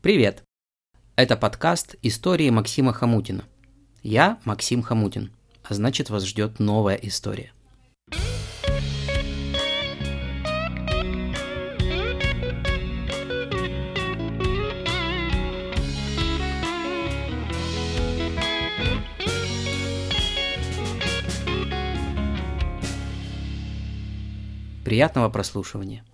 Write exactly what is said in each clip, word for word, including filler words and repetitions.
Привет! Это подкаст «Истории Максима Хомутина». Я Максим Хомутин, а значит, вас ждет новая история. Приятного прослушивания.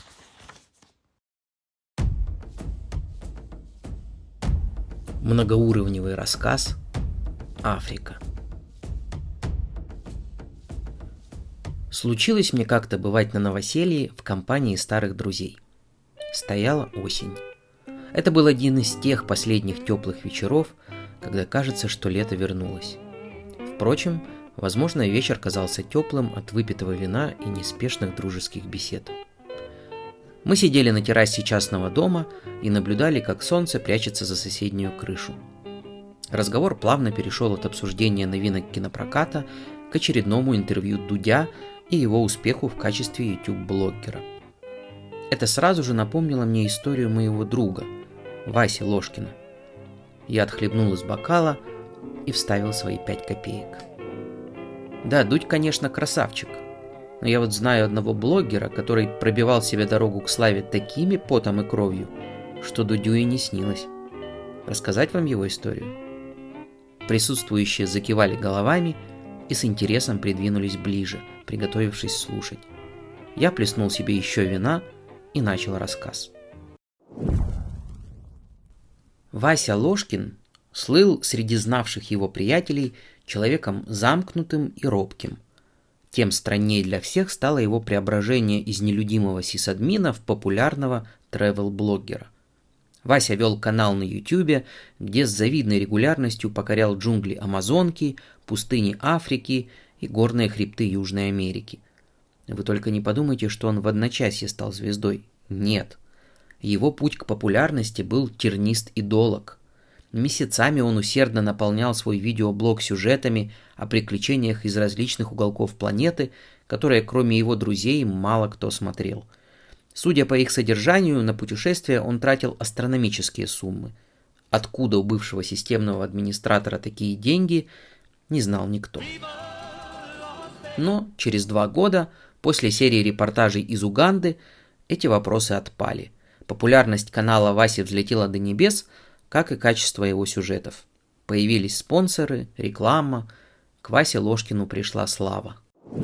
Многоуровневый рассказ «Африка». Случилось мне как-то бывать на новоселье в компании старых друзей. Стояла осень. Это был один из тех последних теплых вечеров, когда кажется, что лето вернулось. Впрочем, возможно, вечер казался теплым от выпитого вина и неспешных дружеских бесед. Мы сидели на террасе частного дома и наблюдали, как солнце прячется за соседнюю крышу. Разговор плавно перешел от обсуждения новинок кинопроката к очередному интервью Дудя и его успеху в качестве YouTube-блогера. Это сразу же напомнило мне историю моего друга, Васи Ложкина. Я отхлебнул из бокала и вставил свои пять копеек. Да, Дудь, конечно, красавчик. Но я вот знаю одного блогера, который пробивал себе дорогу к славе такими потом и кровью, что Дудю и не снилось. Рассказать вам его историю? Присутствующие закивали головами и с интересом придвинулись ближе, приготовившись слушать. Я плеснул себе еще вина и начал рассказ. Вася Ложкин слыл среди знавших его приятелей человеком замкнутым и робким. Тем страннее для всех стало его преображение из нелюдимого сисадмина в популярного тревел-блогера. Вася вел канал на Ютубе, где с завидной регулярностью покорял джунгли Амазонки, пустыни Африки и горные хребты Южной Америки. Вы только не подумайте, что он в одночасье стал звездой. Нет. Его путь к популярности был тернист и долог. Месяцами он усердно наполнял свой видеоблог сюжетами о приключениях из различных уголков планеты, которые, кроме его друзей, мало кто смотрел. Судя по их содержанию, на путешествия он тратил астрономические суммы. Откуда у бывшего системного администратора такие деньги, не знал никто. Но через два года, после серии репортажей из Уганды, эти вопросы отпали. Популярность канала Васи взлетела до небес, как и качество его сюжетов. Появились спонсоры, реклама, к Васе Ложкину пришла слава.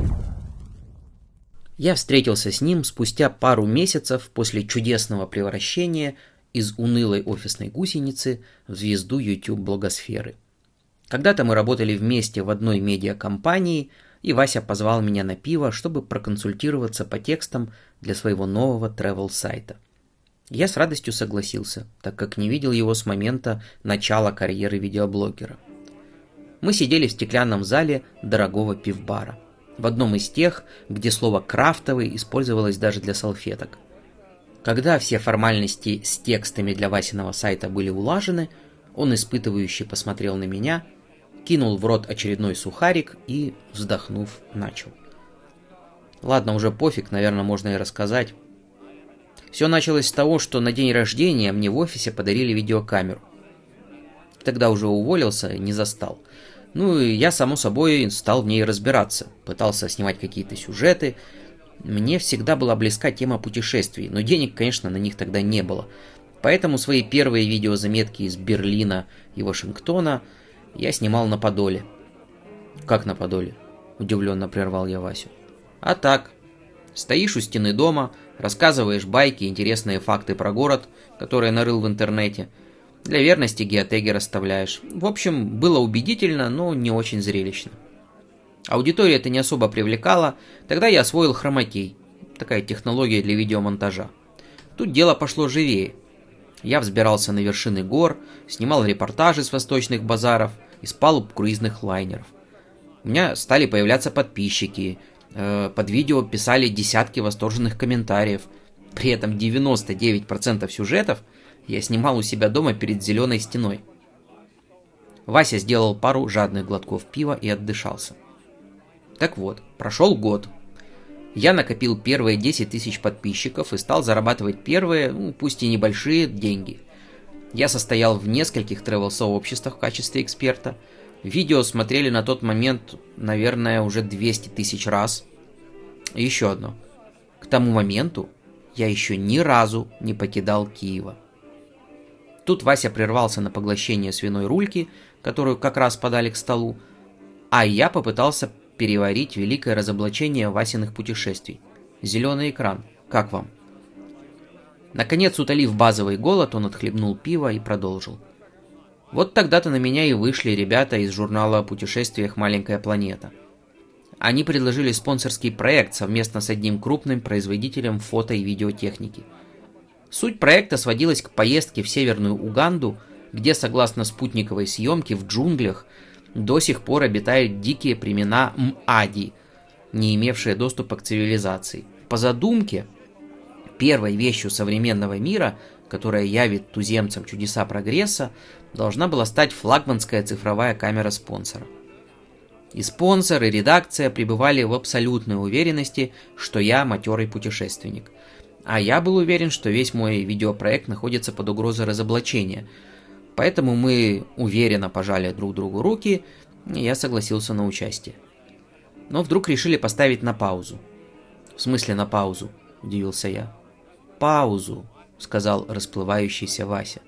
Я встретился с ним спустя пару месяцев после чудесного превращения из унылой офисной гусеницы в звезду YouTube-блогосферы. Когда-то мы работали вместе в одной медиакомпании, и Вася позвал меня на пиво, чтобы проконсультироваться по текстам для своего нового travel-сайта. Я с радостью согласился, так как не видел его с момента начала карьеры видеоблогера. Мы сидели в стеклянном зале дорогого пивбара, в одном из тех, где слово «крафтовый» использовалось даже для салфеток. Когда все формальности с текстами для Васиного сайта были улажены, он испытывающе посмотрел на меня, кинул в рот очередной сухарик и, вздохнув, начал. Ладно, уже пофиг, наверное, можно и рассказать. Все началось с того, что на день рождения мне в офисе подарили видеокамеру. Тогда уже уволился, не застал. Ну и я, само собой, стал в ней разбираться. Пытался снимать какие-то сюжеты. Мне всегда была близка тема путешествий, но денег, конечно, на них тогда не было. Поэтому свои первые видеозаметки из Берлина и Вашингтона я снимал на Подоле. «Как на Подоле?» – удивленно прервал я Васю. «А так. Стоишь у стены дома, рассказываешь байки, интересные факты про город, которые нарыл в интернете. Для верности геотеги расставляешь. В общем, было убедительно, но не очень зрелищно. Аудитория это не особо привлекала, тогда я освоил хромакей. Такая технология для видеомонтажа. Тут дело пошло живее. Я взбирался на вершины гор, снимал репортажи с восточных базаров, из палуб круизных лайнеров. У меня стали появляться подписчики. Под видео писали десятки восторженных комментариев. При этом девяносто девять процентов сюжетов я снимал у себя дома перед зеленой стеной. Вася сделал пару жадных глотков пива и отдышался. Так вот, прошел год. Я накопил первые десять тысяч подписчиков и стал зарабатывать первые, ну, пусть и небольшие, деньги. Я состоял в нескольких тревел-сообществах в качестве эксперта. Видео смотрели на тот момент, наверное, уже двести тысяч раз. И еще одно. К тому моменту я еще ни разу не покидал Киева. Тут Вася прервался на поглощение свиной рульки, которую как раз подали к столу, а я попытался переварить великое разоблачение Васиных путешествий. Зеленый экран. Как вам? Наконец, утолив базовый голод, он отхлебнул пиво и продолжил. Вот тогда-то на меня и вышли ребята из журнала о путешествиях «Маленькая планета». Они предложили спонсорский проект совместно с одним крупным производителем фото- и видеотехники. Суть проекта сводилась к поездке в Северную Уганду, где, согласно спутниковой съемке, в джунглях до сих пор обитают дикие племена М'ади, не имевшие доступа к цивилизации. По задумке, первой вещью современного мира, которая явит туземцам чудеса прогресса, должна была стать флагманская цифровая камера спонсора. И спонсор, и редакция пребывали в абсолютной уверенности, что я матерый путешественник. А я был уверен, что весь мой видеопроект находится под угрозой разоблачения. Поэтому мы уверенно пожали друг другу руки, и я согласился на участие. Но вдруг решили поставить на паузу. «В смысле на паузу?» – удивился я. «Паузу», – сказал расплывающийся Вася.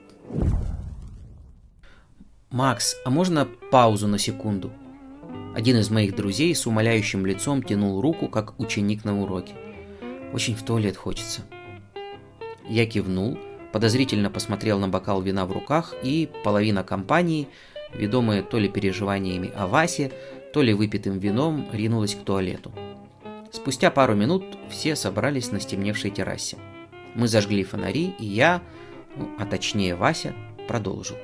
«Макс, а можно паузу на секунду?» Один из моих друзей с умоляющим лицом тянул руку, как ученик на уроке. «Очень в туалет хочется». Я кивнул, подозрительно посмотрел на бокал вина в руках, и половина компании, ведомая то ли переживаниями о Васе, то ли выпитым вином, ринулась к туалету. Спустя пару минут все собрались на стемневшей террасе. Мы зажгли фонари, и я, а точнее Вася, продолжил.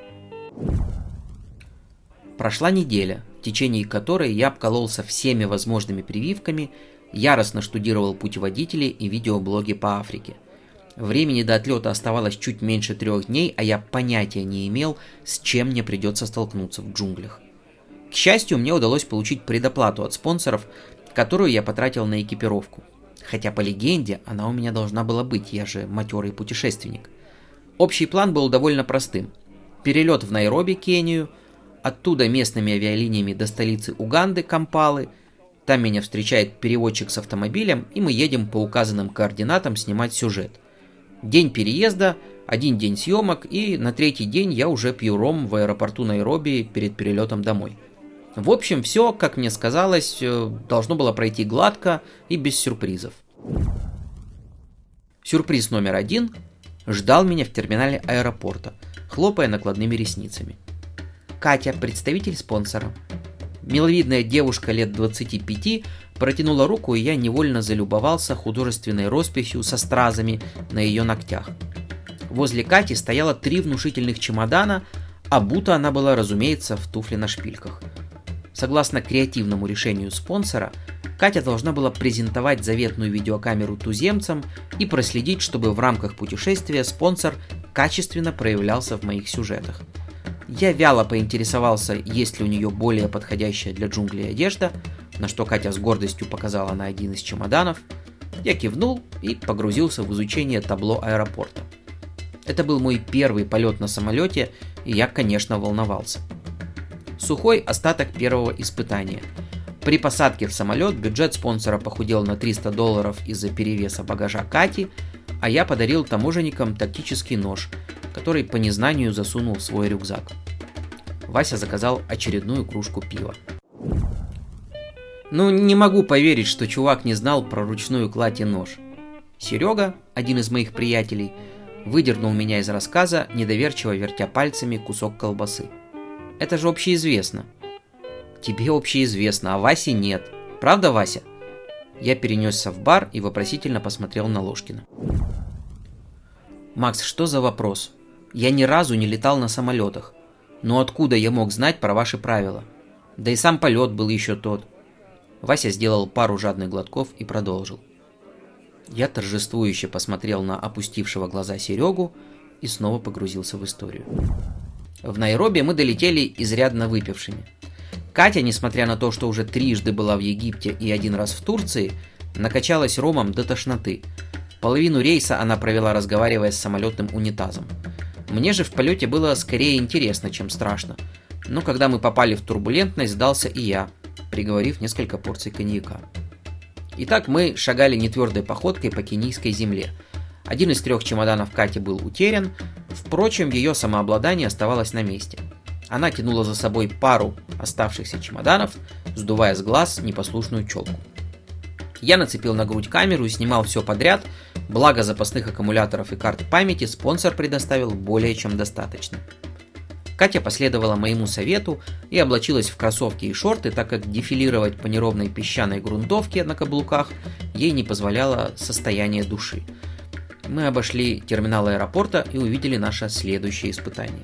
Прошла неделя, в течение которой я обкололся всеми возможными прививками, яростно штудировал путеводители и видеоблоги по Африке. Времени до отлета оставалось чуть меньше трех дней, а я понятия не имел, с чем мне придется столкнуться в джунглях. К счастью, мне удалось получить предоплату от спонсоров, которую я потратил на экипировку. Хотя по легенде она у меня должна была быть, я же матерый путешественник. Общий план был довольно простым. Перелет в Найроби, Кению, оттуда местными авиалиниями до столицы Уганды, Кампалы. Там меня встречает переводчик с автомобилем, и мы едем по указанным координатам снимать сюжет. День переезда, один день съемок, и на третий день я уже пью ром в аэропорту Найроби перед перелетом домой. В общем, все, как мне сказалось, должно было пройти гладко и без сюрпризов. Сюрприз номер один ждал меня в терминале аэропорта, хлопая накладными ресницами. Катя, представитель спонсора. Миловидная девушка лет двадцати пяти протянула руку, и я невольно залюбовался художественной росписью со стразами на ее ногтях. Возле Кати стояло три внушительных чемодана, а будто она была, разумеется, в туфле на шпильках. Согласно креативному решению спонсора, Катя должна была презентовать заветную видеокамеру туземцам и проследить, чтобы в рамках путешествия спонсор качественно проявлялся в моих сюжетах. Я вяло поинтересовался, есть ли у нее более подходящая для джунглей одежда, на что Катя с гордостью показала на один из чемоданов. Я кивнул и погрузился в изучение табло аэропорта. Это был мой первый полет на самолете, и я, конечно, волновался. Сухой остаток первого испытания. При посадке в самолет бюджет спонсора похудел на триста долларов из-за перевеса багажа Кати, а я подарил таможенникам тактический нож, который по незнанию засунул в свой рюкзак. Вася заказал очередную кружку пива. Ну, не могу поверить, что чувак не знал про ручную кладь и нож. Серега, один из моих приятелей, выдернул меня из рассказа, недоверчиво вертя пальцами кусок колбасы. Это же общеизвестно. Тебе общеизвестно, а Васе нет. Правда, Вася? Я перенесся в бар и вопросительно посмотрел на Ложкина. Макс, что за вопрос? Я ни разу не летал на самолетах. Но откуда я мог знать про ваши правила? Да и сам полет был еще тот. Вася сделал пару жадных глотков и продолжил. Я торжествующе посмотрел на опустившего глаза Серегу и снова погрузился в историю. В Найроби мы долетели изрядно выпившими. Катя, несмотря на то, что уже трижды была в Египте и один раз в Турции, накачалась ромом до тошноты. Половину рейса она провела, разговаривая с самолетным унитазом. Мне же в полете было скорее интересно, чем страшно. Но когда мы попали в турбулентность, сдался и я, приговорив несколько порций коньяка. Итак, мы шагали нетвердой походкой по кенийской земле. Один из трех чемоданов Кати был утерян, впрочем, ее самообладание оставалось на месте. Она тянула за собой пару оставшихся чемоданов, сдувая с глаз непослушную челку. Я нацепил на грудь камеру и снимал все подряд, благо запасных аккумуляторов и карт памяти спонсор предоставил более чем достаточно. Катя последовала моему совету и облачилась в кроссовки и шорты, так как дефилировать по неровной песчаной грунтовке на каблуках ей не позволяло состояние души. Мы обошли терминал аэропорта и увидели наше следующее испытание.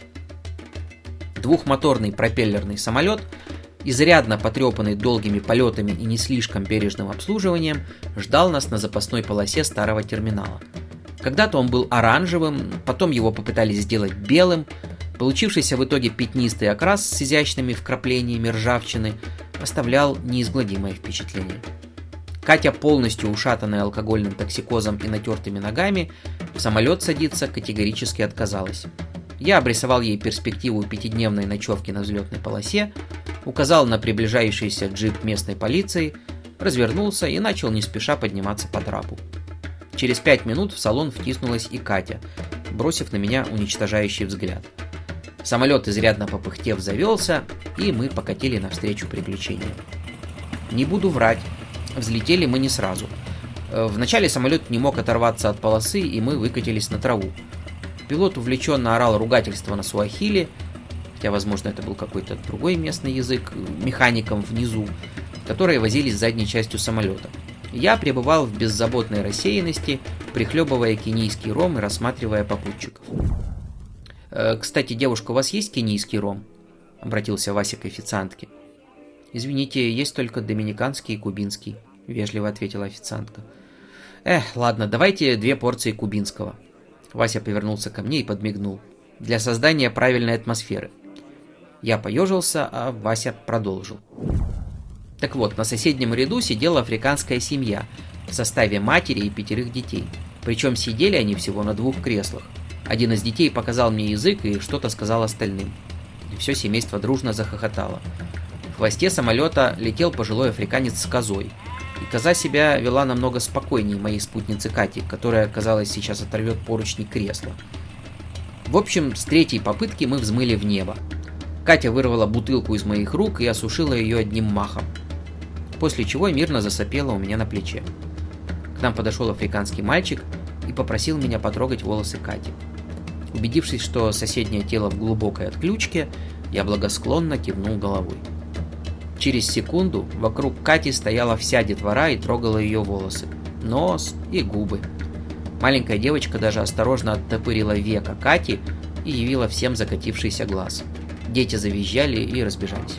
Двухмоторный пропеллерный самолет, изрядно потрепанный долгими полетами и не слишком бережным обслуживанием, ждал нас на запасной полосе старого терминала. Когда-то он был оранжевым, потом его попытались сделать белым. Получившийся в итоге пятнистый окрас с изящными вкраплениями ржавчины оставлял неизгладимое впечатление. Катя, полностью ушатанная алкогольным токсикозом и натертыми ногами, в самолет садиться категорически отказалась. Я обрисовал ей перспективу пятидневной ночевки на взлетной полосе, указал на приближающийся джип местной полиции, развернулся и начал не спеша подниматься по трапу. Через пять минут в салон втиснулась и Катя, бросив на меня уничтожающий взгляд. Самолет, изрядно попыхтев, завелся, и мы покатили навстречу приключениям. Не буду врать, взлетели мы не сразу. Вначале самолет не мог оторваться от полосы, и мы выкатились на траву. Пилот увлеченно орал ругательство на суахили, хотя, возможно, это был какой-то другой местный язык, механикам внизу, которые возились с задней частью самолета. Я пребывал в беззаботной рассеянности, прихлебывая кенийский ром и рассматривая попутчиков. «Кстати, девушка, у вас есть кенийский ром?» — обратился Вася к официантке. «Извините, есть только доминиканский и кубинский», — вежливо ответила официантка. «Эх, ладно, давайте две порции кубинского». Вася повернулся ко мне и подмигнул. «Для создания правильной атмосферы». Я поежился, а Вася продолжил. Так вот, на соседнем ряду сидела африканская семья в составе матери и пятерых детей. Причем сидели они всего на двух креслах. Один из детей показал мне язык и что-то сказал остальным. И все семейство дружно захохотало. В хвосте самолета летел пожилой африканец с козой. И коза себя вела намного спокойнее моей спутницы Кати, которая, казалось, сейчас оторвет поручни кресла. В общем, с третьей попытки мы взмыли в небо. Катя вырвала бутылку из моих рук и осушила ее одним махом. После чего мирно засопела у меня на плече. К нам подошел африканский мальчик и попросил меня потрогать волосы Кати. Убедившись, что соседнее тело в глубокой отключке, я благосклонно кивнул головой. Через секунду вокруг Кати стояла вся детвора и трогала ее волосы, нос и губы. Маленькая девочка даже осторожно оттопырила веко Кати и явила всем закатившийся глаз. Дети завизжали и разбежались.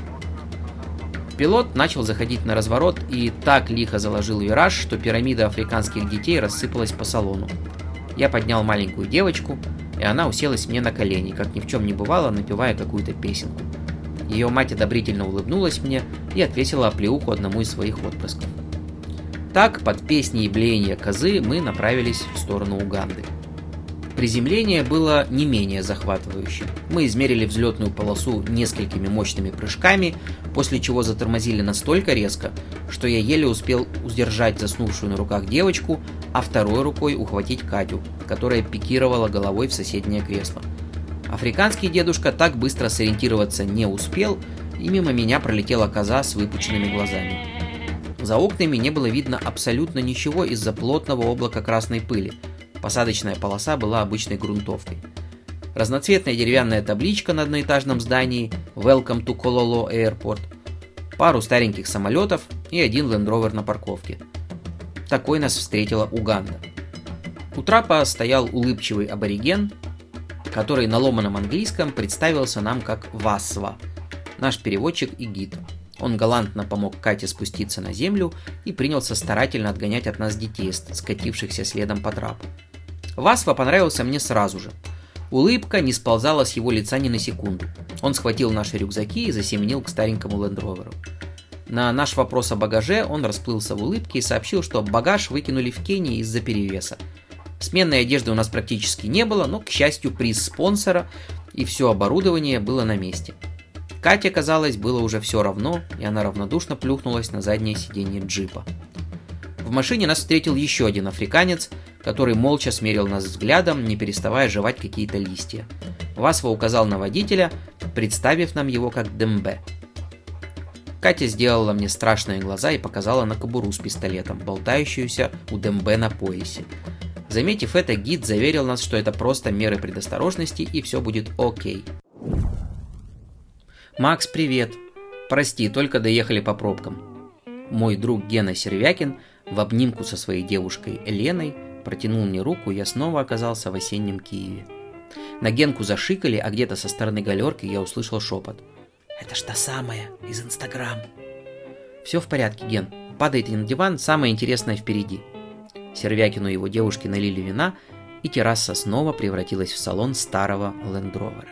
Пилот начал заходить на разворот и так лихо заложил вираж, что пирамида африканских детей рассыпалась по салону. Я поднял маленькую девочку, и она уселась мне на колени, как ни в чем не бывало, напевая какую-то песенку. Ее мать одобрительно улыбнулась мне и отвесила оплеуху одному из своих отпрысков. Так, под песни и блеяние козы мы направились в сторону Уганды. Приземление было не менее захватывающим. Мы измерили взлетную полосу несколькими мощными прыжками, после чего затормозили настолько резко, что я еле успел удержать заснувшую на руках девочку, а второй рукой ухватить Катю, которая пикировала головой в соседнее кресло. Африканский дедушка так быстро сориентироваться не успел, и мимо меня пролетела коза с выпученными глазами. За окнами не было видно абсолютно ничего из-за плотного облака красной пыли. Посадочная полоса была обычной грунтовкой. Разноцветная деревянная табличка на одноэтажном здании «Welcome to Kololo Airport», пару стареньких самолетов и один Land Rover на парковке. Такой нас встретила Уганда. У трапа стоял улыбчивый абориген, который на ломаном английском представился нам как Васва, наш переводчик и гид. Он галантно помог Кате спуститься на землю и принялся старательно отгонять от нас детей, скатившихся следом по трапу. Васва понравился мне сразу же. Улыбка не сползала с его лица ни на секунду. Он схватил наши рюкзаки и засеменил к старенькому лендроверу. На наш вопрос о багаже он расплылся в улыбке и сообщил, что багаж выкинули в Кении из-за перевеса. Сменной одежды у нас практически не было, но, к счастью, приз спонсора и все оборудование было на месте. Кате, казалось, было уже все равно, и она равнодушно плюхнулась на заднее сиденье джипа. В машине нас встретил еще один африканец, который молча смерил нас взглядом, не переставая жевать какие-то листья. Васва указал на водителя, представив нам его как Дембе. Катя сделала мне страшные глаза и показала на кобуру с пистолетом, болтающуюся у Дембе на поясе. Заметив это, гид заверил нас, что это просто меры предосторожности и все будет окей. «Макс, привет. Прости, только доехали по пробкам». Мой друг Гена Сервякин в обнимку со своей девушкой Леной протянул мне руку, и я снова оказался в осеннем Киеве. На Генку зашикали, а где-то со стороны галерки я услышал шепот. «Это ж та самая из Инстаграм». «Все в порядке, Ген. Падайте на диван, самое интересное впереди». Сервякину и его девушке налили вина, и терраса снова превратилась в салон старого лендровера.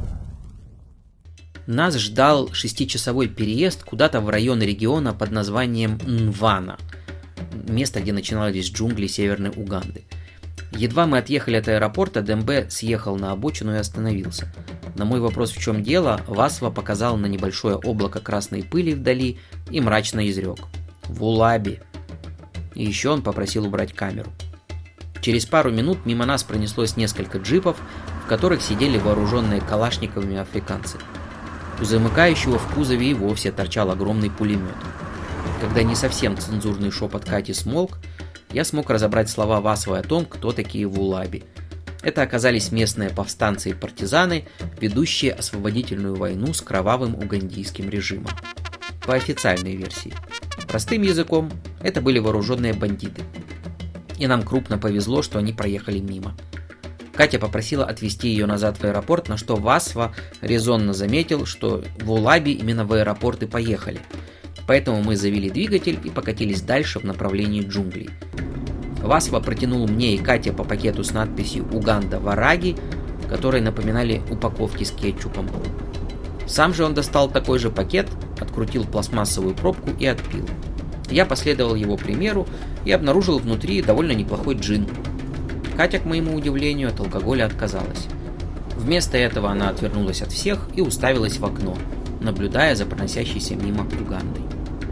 Нас ждал шестичасовой переезд куда-то в район региона под названием Нвана, место, где начинались джунгли Северной Уганды. Едва мы отъехали от аэропорта, Дембе съехал на обочину и остановился. На мой вопрос, в чем дело, Васва показал на небольшое облако красной пыли вдали и мрачно изрек: «В Улаби». И еще он попросил убрать камеру. Через пару минут мимо нас пронеслось несколько джипов, в которых сидели вооруженные калашниковыми африканцы. У замыкающего в кузове и вовсе торчал огромный пулемет. Когда не совсем цензурный шепот Кати смолк, я смог разобрать слова Васвы о том, кто такие вулаби. Это оказались местные повстанцы и партизаны, ведущие освободительную войну с кровавым угандийским режимом. По официальной версии. Простым языком, это были вооруженные бандиты. И нам крупно повезло, что они проехали мимо. Катя попросила отвезти ее назад в аэропорт, на что Васва резонно заметил, что в Улаби именно в аэропорт и поехали. Поэтому мы завели двигатель и покатились дальше в направлении джунглей. Васва протянул мне и Кате по пакету с надписью «Уганда Вараги», которые напоминали упаковки с кетчупом. Сам же он достал такой же пакет, открутил пластмассовую пробку и отпил. Я последовал его примеру и обнаружил внутри довольно неплохой джин. Катя, к моему удивлению, от алкоголя отказалась. Вместо этого она отвернулась от всех и уставилась в окно, наблюдая за проносящейся мимо Угандой.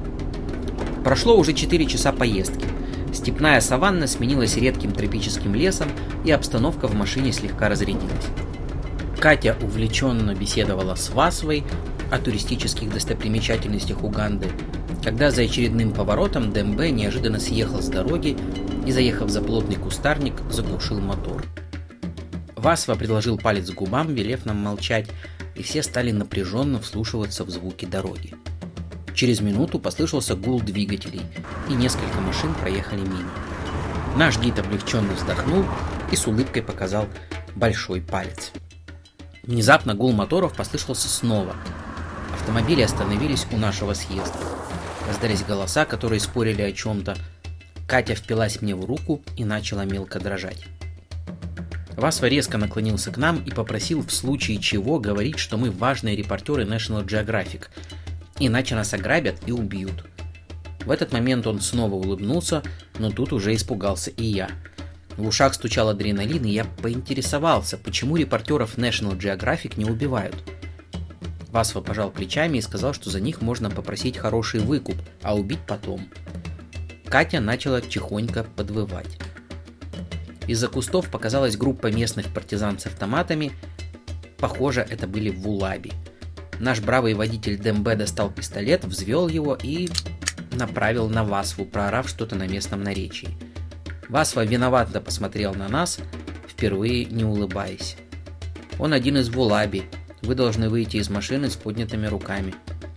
Прошло уже четыре часа поездки. Степная саванна сменилась редким тропическим лесом, и обстановка в машине слегка разрядилась. Катя увлеченно беседовала с Васвой о туристических достопримечательностях Уганды, когда за очередным поворотом Дембе неожиданно съехал с дороги и, заехав за плотный кустарник, заглушил мотор. Васва предложил палец к губам, велев нам молчать, и все стали напряженно вслушиваться в звуки дороги. Через минуту послышался гул двигателей, и несколько машин проехали мимо. Наш гид облегченно вздохнул и с улыбкой показал большой палец. Внезапно гул моторов послышался снова. Автомобили остановились у нашего съезда. Раздались голоса, которые спорили о чем-то. Катя впилась мне в руку и начала мелко дрожать. Васва резко наклонился к нам и попросил в случае чего говорить, что мы важные репортеры National Geographic, иначе нас ограбят и убьют. В этот момент он снова улыбнулся, но тут уже испугался и я. В ушах стучал адреналин, и я поинтересовался, почему репортеров National Geographic не убивают. Васва пожал плечами и сказал, что за них можно попросить хороший выкуп, а убить потом. Катя начала тихонько подвывать. Из-за кустов показалась группа местных партизан с автоматами. Похоже, это были вулаби. Наш бравый водитель Дембе достал пистолет, взвел его и направил на Васву, проорав что-то на местном наречии. Васва виновато посмотрел на нас, впервые не улыбаясь. «Он один из вулаби. Вы должны выйти из машины с поднятыми руками».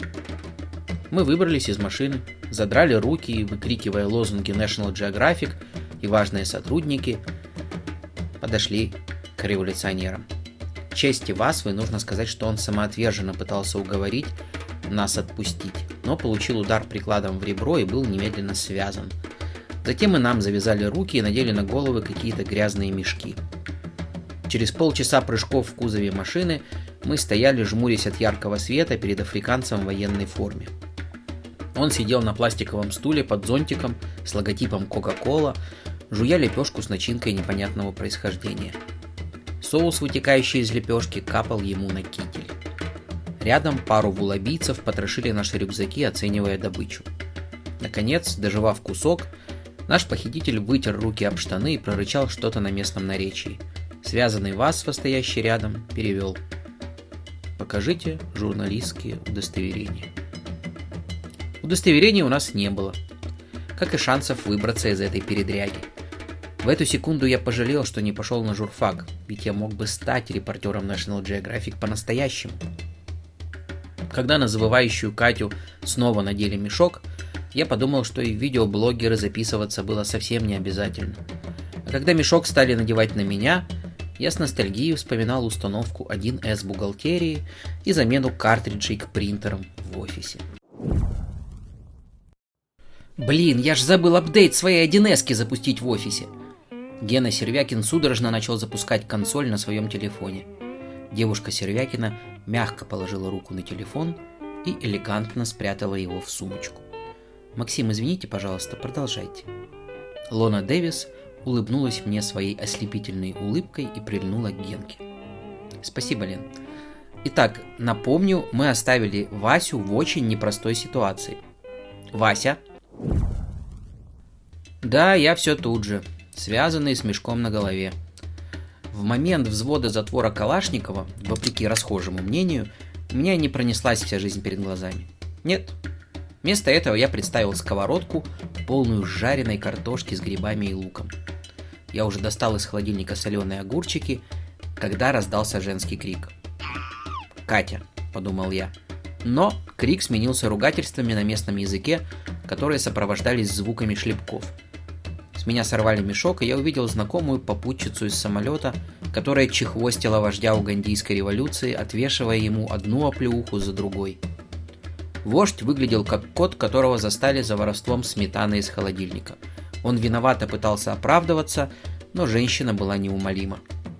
Мы выбрались из машины, задрали руки, выкрикивая лозунги National Geographic, и важные сотрудники подошли к революционерам. К чести Васвы нужно сказать, что он самоотверженно пытался уговорить нас отпустить, но получил удар прикладом в ребро и был немедленно связан. Затем и нам завязали руки и надели на головы какие-то грязные мешки. Через полчаса прыжков в кузове машины мы стояли, жмурясь от яркого света, перед африканцем в военной форме. Он сидел на пластиковом стуле под зонтиком с логотипом Coca-Cola, жуя лепешку с начинкой непонятного происхождения. Соус, вытекающий из лепешки, капал ему на китель. Рядом пару вулабийцев потрошили наши рюкзаки, оценивая добычу. Наконец, доживав кусок, наш похититель вытер руки об штаны и прорычал что-то на местном наречии. Связанный Васва, стоящий рядом, перевел: «Покажите журналистские удостоверения». Удостоверений у нас не было, как и шансов выбраться из этой передряги. В эту секунду я пожалел, что не пошел на журфак, ведь я мог бы стать репортером National Geographic по-настоящему. Когда на завывающую Катю снова надели мешок, я подумал, что и в видеоблогеры записываться было совсем не обязательно. А когда мешок стали надевать на меня, я с ностальгией вспоминал установку один эс бухгалтерии и замену картриджей к принтерам в офисе. Блин, я ж забыл апдейт своей один эс-ки запустить в офисе. Гена Сервякин судорожно начал запускать консоль на своем телефоне. Девушка Сервякина мягко положила руку на телефон и элегантно спрятала его в сумочку. «Максим, извините, пожалуйста, продолжайте». Лона Дэвис улыбнулась мне своей ослепительной улыбкой и прильнула к Генке. «Спасибо, Лен. Итак, напомню, мы оставили Васю в очень непростой ситуации. Вася?» «Да, я все тут же, связанный с мешком на голове. В момент взвода затвора Калашникова, вопреки расхожему мнению, у меня не пронеслась вся жизнь перед глазами. Нет. Вместо этого я представил сковородку, полную жареной картошки с грибами и луком. Я уже достал из холодильника соленые огурчики, когда раздался женский крик. «Катя», — подумал я. Но крик сменился ругательствами на местном языке, которые сопровождались звуками шлепков. С меня сорвали мешок, и я увидел знакомую попутчицу из самолета, которая чехвостила вождя угандийской революции, отвешивая ему одну оплеуху за другой. Вождь выглядел как кот, которого застали за воровством сметаны из холодильника. Он виновато пытался оправдываться, но женщина была неумолима.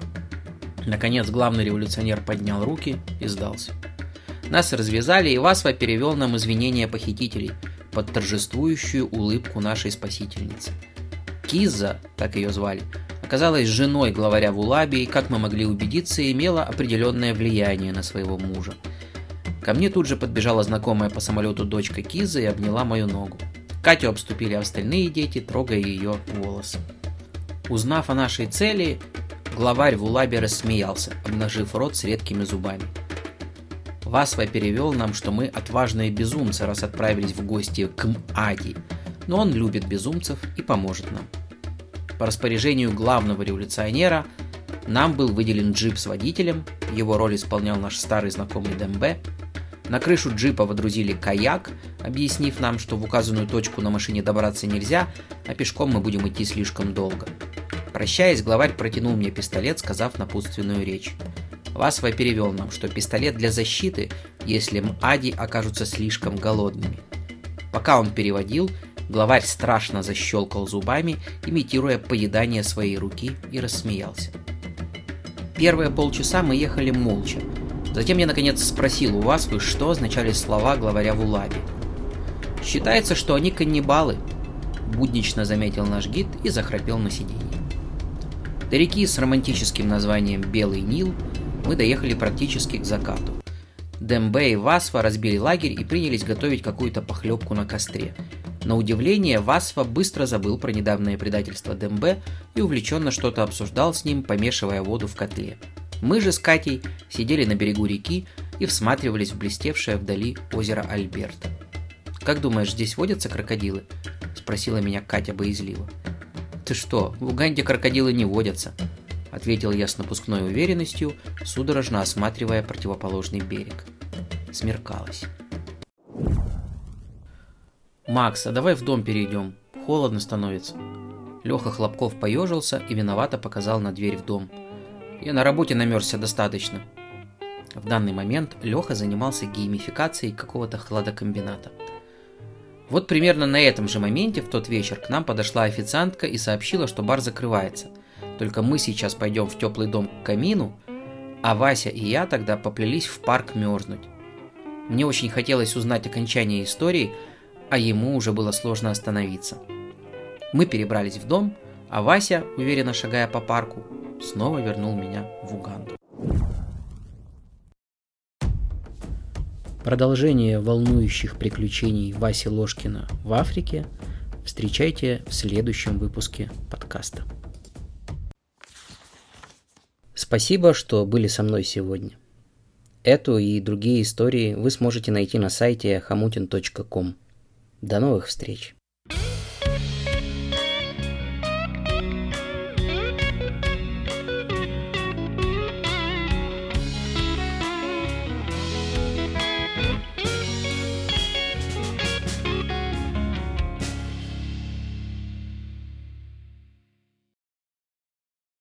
Наконец главный революционер поднял руки и сдался. Нас развязали, и Васва перевел нам извинения похитителей под торжествующую улыбку нашей спасительницы. Киза, так ее звали, оказалась женой главаря Вулаби и, как мы могли убедиться, имела определенное влияние на своего мужа. Ко мне тут же подбежала знакомая по самолету дочка Киза и обняла мою ногу. Катю обступили остальные дети, трогая ее волосы. Узнав о нашей цели, главарь Вулаби рассмеялся, обнажив рот с редкими зубами. Васва перевел нам, что мы отважные безумцы, раз отправились в гости к М'Ади, но он любит безумцев и поможет нам. По распоряжению главного революционера нам был выделен джип с водителем, его роль исполнял наш старый знакомый Дембе. На крышу джипа водрузили каяк, объяснив нам, что в указанную точку на машине добраться нельзя, а пешком мы будем идти слишком долго. Прощаясь, главарь протянул мне пистолет, сказав напутственную речь. Васва перевел нам, что пистолет для защиты, если М'Ади окажутся слишком голодными. Пока он переводил, главарь страшно защелкал зубами, имитируя поедание своей руки, и рассмеялся. Первые полчаса мы ехали молча. Затем я наконец спросил у Васвы, что означали слова главаря Вулаби. «Считается, что они каннибалы», — буднично заметил наш гид и захрапел на сиденье. До реки с романтическим названием Белый Нил мы доехали практически к закату. Дембе и Васва разбили лагерь и принялись готовить какую-то похлебку на костре. На удивление, Васва быстро забыл про недавнее предательство Дембе и увлеченно что-то обсуждал с ним, помешивая воду в котле. Мы же с Катей сидели на берегу реки и всматривались в блестевшее вдали озеро Альберта. «Как думаешь, здесь водятся крокодилы?» – спросила меня Катя боязливо. «Ты что, в Уганде крокодилы не водятся», – ответил я с напускной уверенностью, судорожно осматривая противоположный берег. Смеркалось. «Макс, а давай в дом перейдем, холодно становится». Леха Хлопков поежился и виновато показал на дверь в дом. «Я на работе намерзся достаточно». В данный момент Леха занимался геймификацией какого-то хладокомбината. Вот примерно на этом же моменте в тот вечер к нам подошла официантка и сообщила, что бар закрывается. Только мы сейчас пойдем в теплый дом к камину, а Вася и я тогда поплелись в парк мерзнуть. Мне очень хотелось узнать окончание истории, а ему уже было сложно остановиться. Мы перебрались в дом, А Вася, уверенно шагая по парку, снова вернул меня в Уганду. Продолжение волнующих приключений Васи Ложкина в Африке встречайте в следующем выпуске подкаста. Спасибо, что были со мной сегодня. Эту и другие истории вы сможете найти на сайте хомутин точка ком. До новых встреч!